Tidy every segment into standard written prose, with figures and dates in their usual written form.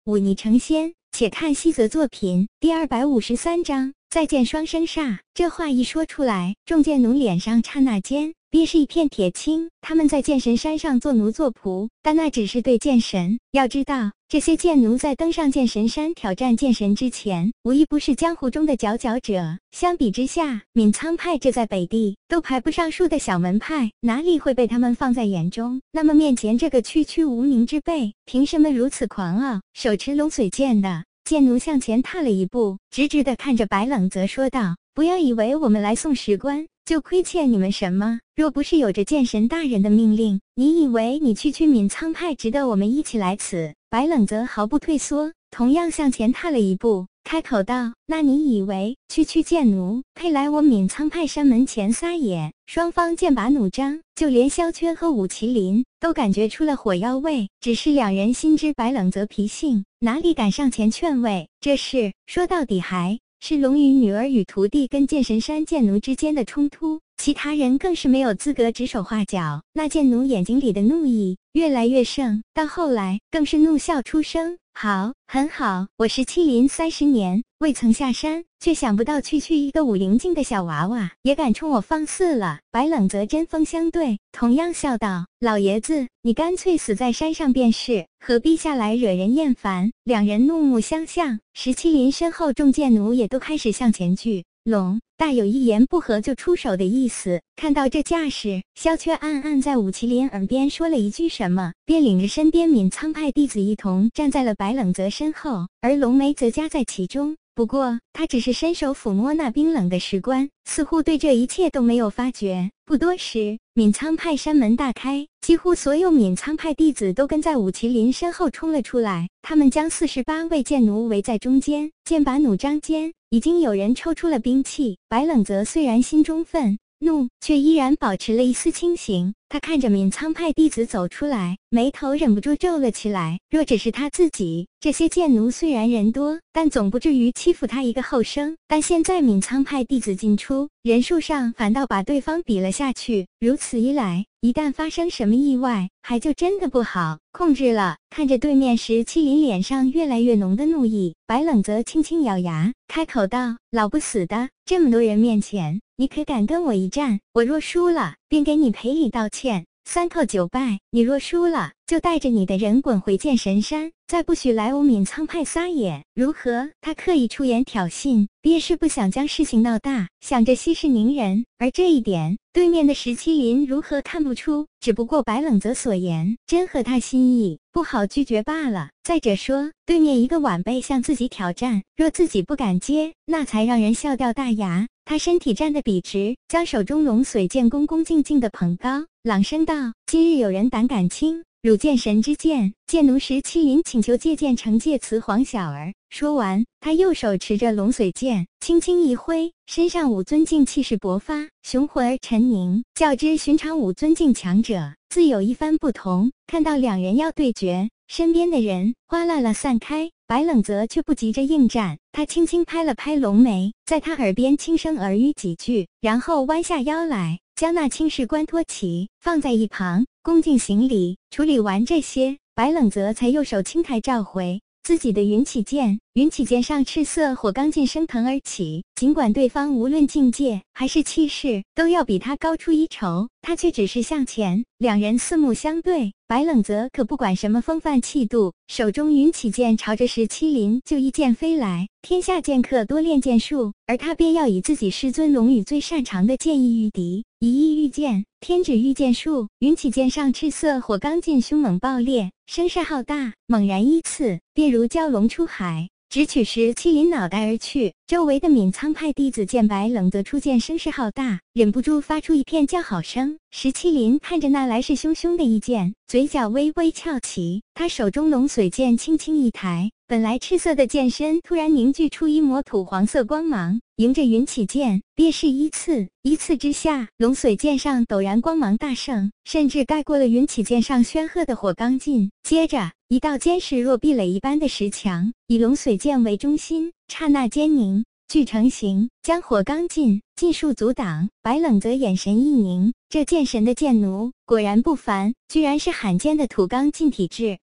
忤逆成仙。且看西泽作品第253章再见双生煞。这话一说出来，众剑奴脸上刹那间便是一片铁青。他们在剑神山上做奴做仆，但那只是对剑神。要知道，这些剑奴在登上剑神山挑战剑神之前，无一不是江湖中的佼佼者。相比之下，闵苍派这在北地都排不上数的小门派，哪里会被他们放在眼中？那么面前这个区区无名之辈，凭什么如此狂傲？手持龙髓剑的剑奴向前踏了一步，直直地看着白冷泽说道：“不要以为我们来送石棺就亏欠你们什么，若不是有着剑神大人的命令，你以为你区区闵苍派值得我们一起来此？”白冷泽毫不退缩，同样向前踏了一步，开口道：“那你以为区区剑奴配来我闵苍派山门前撒野？”双方剑拔弩张，就连萧缺和武麒麟都感觉出了火药味，只是两人心知白冷泽脾性，哪里敢上前劝慰？这事说到底还是龙宇女儿与徒弟跟剑神山剑奴之间的冲突，其他人更是没有资格指手画脚。那剑奴眼睛里的怒意越来越盛，到后来更是怒笑出声：“好，很好，我17林30年未曾下山，却想不到区区一个武灵境的小娃娃也敢冲我放肆了。”白冷泽针锋相对，同样笑道：“老爷子，你干脆死在山上便是，何必下来惹人厌烦？”两人怒目相向，17林身后众剑奴也都开始向前聚拢，大有一言不合就出手的意思。看到这架势，萧缺暗暗在武麒麟耳边说了一句什么，便领着身边闵苍派弟子一同站在了白冷泽身后，而龙梅则夹在其中。不过他只是伸手抚摸那冰冷的石棺，似乎对这一切都没有发觉。不多时，闵苍派山门大开，几乎所有闵苍派弟子都跟在武麒麟身后冲了出来，他们将48位剑奴围在中间，剑拔弩张间，已经有人抽出了兵器。白冷泽虽然心中愤怒，却依然保持了一丝清醒。他看着闵苍派弟子走出来，眉头忍不住皱了起来。若只是他自己，这些剑奴虽然人多，但总不至于欺负他一个后生。但现在闵苍派弟子进出，人数上反倒把对方比了下去。如此一来，一旦发生什么意外，还就真的不好控制了。看着对面17林脸上越来越浓的怒意，白冷泽轻轻咬牙，开口道：“老不死的，这么多人面前，你可敢跟我一战？我若输了，便给你赔礼道歉，3叩9拜。你若输了，就带着你的人滚回剑神山，再不许来我闵苍派撒野，如何？”他刻意出言挑衅，便是不想将事情闹大，想着息事宁人。而这一点，对面的17林如何看不出？只不过白冷泽所言真合他心意，不好拒绝罢了。再者说，对面一个晚辈向自己挑战，若自己不敢接，那才让人笑掉大牙。他身体站得笔直，将手中龙髓剑恭恭敬敬地捧高，朗声道：“今日有人胆敢轻辱剑神之剑，剑奴17林请求借剑惩戒此黄小儿。”说完，他右手持着龙髓剑，轻轻一挥，身上武尊境气势勃发，雄浑而沉凝，较之寻常武尊境强者，自有一番不同。看到两人要对决，身边的人哗啦啦散开，白冷泽却不急着应战，他轻轻拍了拍龙眉，在他耳边轻声耳语几句，然后弯下腰来，将那青石棺托起，放在一旁，恭敬行礼。处理完这些，白冷泽才右手轻抬召回自己的云起剑，云起剑上赤色火刚劲升腾而起，尽管对方无论境界还是气势都要比他高出一筹，他却只是向前。两人四目相对，白冷泽可不管什么风范气度，手中云起剑朝着17林就一剑飞来。天下剑客多练剑术，而他便要以自己师尊龙宇最擅长的剑意御敌。以意御剑，天指御剑术。云起剑上赤色火刚劲凶猛爆裂，声势浩大，猛然依次，便如蛟龙出海，直取17林脑袋而去。周围的闵苍派弟子见白冷泽出剑声势浩大，忍不住发出一片叫好声。17林看着那来势汹汹的一剑，嘴角微微翘起，他手中龙髓剑轻轻一抬，本来赤色的剑身突然凝聚出一抹土黄色光芒，迎着云起剑便是依次之下，龙髓剑上陡然光芒大盛，甚至盖过了云起剑上煊赫的火刚劲。接着一道坚实若壁垒一般的石墙，以龙髓剑为中心，刹那间凝聚成形，将火刚劲尽数阻挡。白冷泽眼神一凝，这剑神的剑奴果然不凡，居然是罕见的土刚劲体质。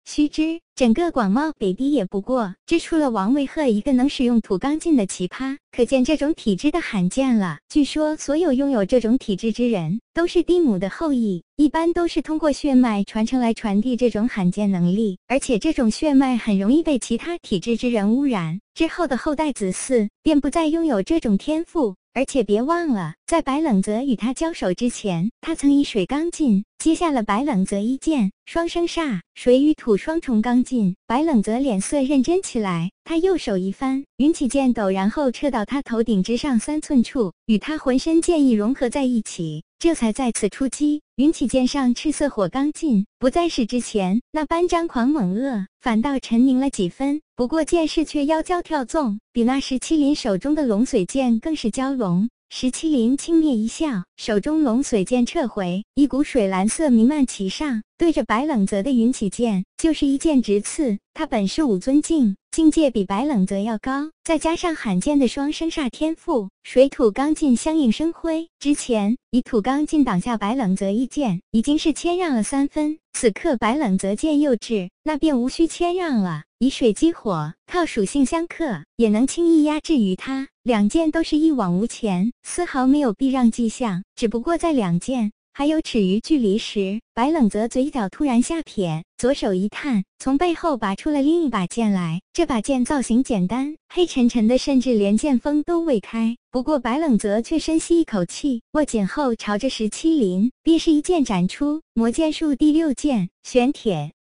须知整个广袤北地也不过只出了王维赫一个能使用土刚劲的奇葩，可见这种体质的罕见了。据说所有拥有这种体质之人都是地母的后裔，一般都是通过血脉传承来传递这种罕见能力，而且这种血脉很容易被其他体质之人污染，之后的后代子嗣便不再拥有这种天赋。而且别忘了，在白冷泽与他交手之前，他曾以水刚劲接下了白冷泽一剑，双生煞，水与土双重刚劲。白冷泽脸色认真起来，他右手一翻，云起剑斗，然后撤到他头顶之上3寸处，与他浑身剑意融合在一起，这才再次出击。云起剑上赤色火刚劲，不再是之前那般张狂猛恶，反倒沉凝了几分。不过剑势却妖娇跳纵，比那石麒麟手中的龙髓剑更是蛟龙。石麒麟轻蔑一笑，手中龙髓剑撤回，一股水蓝色弥漫其上，对着白冷泽的云起剑就是一剑直刺。他本是武尊境，境界比白冷泽要高，再加上罕见的双生煞天赋，水土刚劲相应生辉。之前以土刚劲挡下白冷泽一剑，已经是谦让了3分，此刻白冷泽剑又至，那便无需谦让了。以水击火，靠属性相克，也能轻易压制于他。两剑都是一往无前，丝毫没有避让迹象，只不过在两剑还有尺余距离时，白冷泽嘴角突然下撇，左手一探，从背后拔出了另一把剑来。这把剑造型简单，黑沉沉的，甚至连剑锋都未开。不过白冷泽却深吸一口气，握紧后朝着石麒麟便是一剑斩出。魔剑术第6剑玄铁。